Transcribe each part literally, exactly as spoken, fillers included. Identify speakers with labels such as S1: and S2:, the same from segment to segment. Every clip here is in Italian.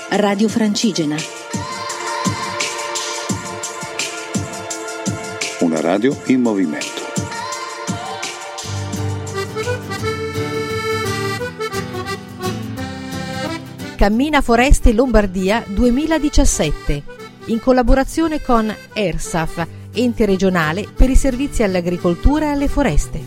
S1: Radio Francigena.
S2: Una radio in movimento.
S3: Cammina Foreste Lombardia duemiladiciassette, in collaborazione con ERSAF, ente regionale per i servizi all'agricoltura e alle foreste.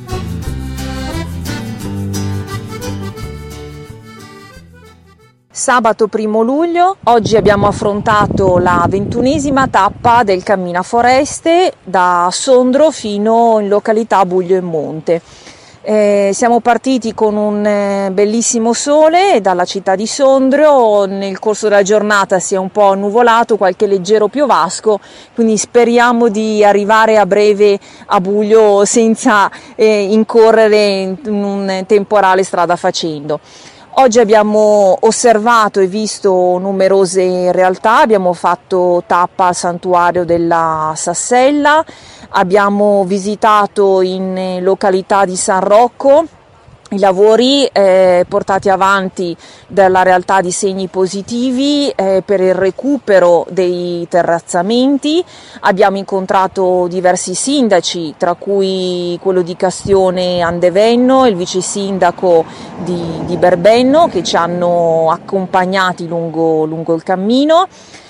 S4: Sabato primo luglio, oggi abbiamo affrontato la ventunesima tappa del Cammina Foreste da Sondro fino in località Buglio e Monte. Eh, siamo partiti con un eh, bellissimo sole dalla città di Sondrio. Nel corso della giornata si è un po' annuvolato, qualche leggero piovasco, quindi speriamo di arrivare a breve a Buglio senza eh, incorrere in un temporale strada facendo. Oggi abbiamo osservato e visto numerose realtà, abbiamo fatto tappa al santuario della Sassella, abbiamo visitato in località di San Rocco i lavori eh, portati avanti dalla realtà di Segni Positivi eh, per il recupero dei terrazzamenti. Abbiamo incontrato diversi sindaci, tra cui quello di Castione Andevenno e il vice sindaco di, di Berbenno, che ci hanno accompagnati lungo, lungo il cammino.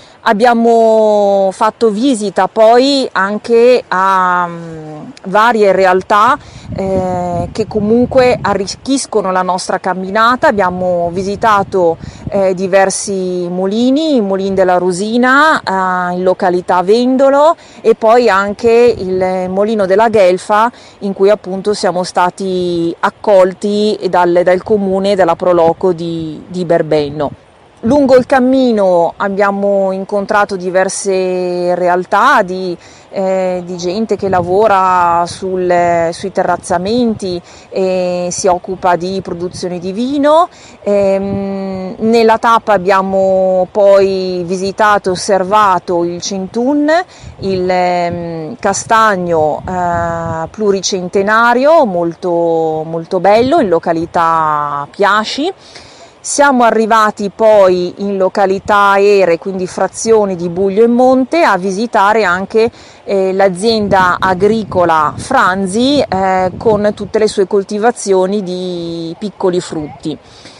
S4: Abbiamo fatto visita poi anche a um, varie realtà eh, che comunque arricchiscono la nostra camminata. Abbiamo visitato eh, diversi mulini, il Mulin della Rosina eh, in località Vendolo e poi anche il Molino della Gelfa, in cui appunto siamo stati accolti dal, dal comune della Proloco di, di Berbenno. Lungo il cammino abbiamo incontrato diverse realtà di, eh, di gente che lavora sul, sui terrazzamenti e si occupa di produzione di vino. Ehm, nella tappa abbiamo poi visitato e osservato il Centun, il eh, castagno eh, pluricentenario molto, molto bello in località Piasci. Siamo arrivati poi in località Ere, quindi frazioni di Buglio e Monte, a visitare anche eh, l'azienda agricola Franzi eh, con tutte le sue coltivazioni di piccoli frutti.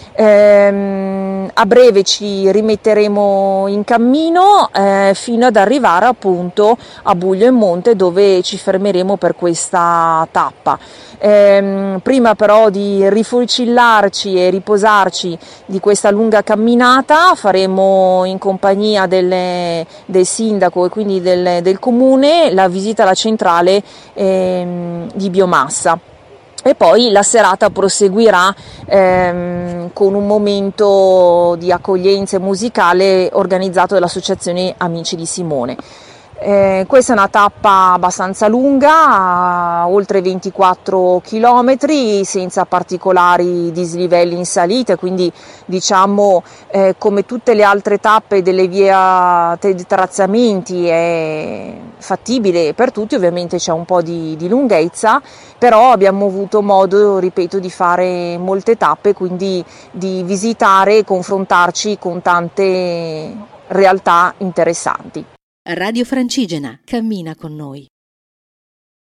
S4: Ehm, a breve ci rimetteremo in cammino eh, fino ad arrivare appunto a Buglio e Monte, dove ci fermeremo per questa tappa. Ehm, prima però di rifocillarci e riposarci di questa lunga camminata, faremo in compagnia del, del sindaco e quindi del, del comune la visita alla centrale ehm, di biomassa. E poi la serata proseguirà ehm, con un momento di accoglienza musicale organizzato dall'Associazione Amici di Simone. Eh, questa è una tappa abbastanza lunga, oltre ventiquattro chilometri, senza particolari dislivelli in salita, quindi diciamo eh, come tutte le altre tappe delle vie di terrazzamenti è fattibile per tutti. Ovviamente c'è un po' di, di lunghezza, però abbiamo avuto modo, ripeto, di fare molte tappe, quindi di visitare e confrontarci con tante realtà interessanti.
S1: Radio Francigena, cammina con noi.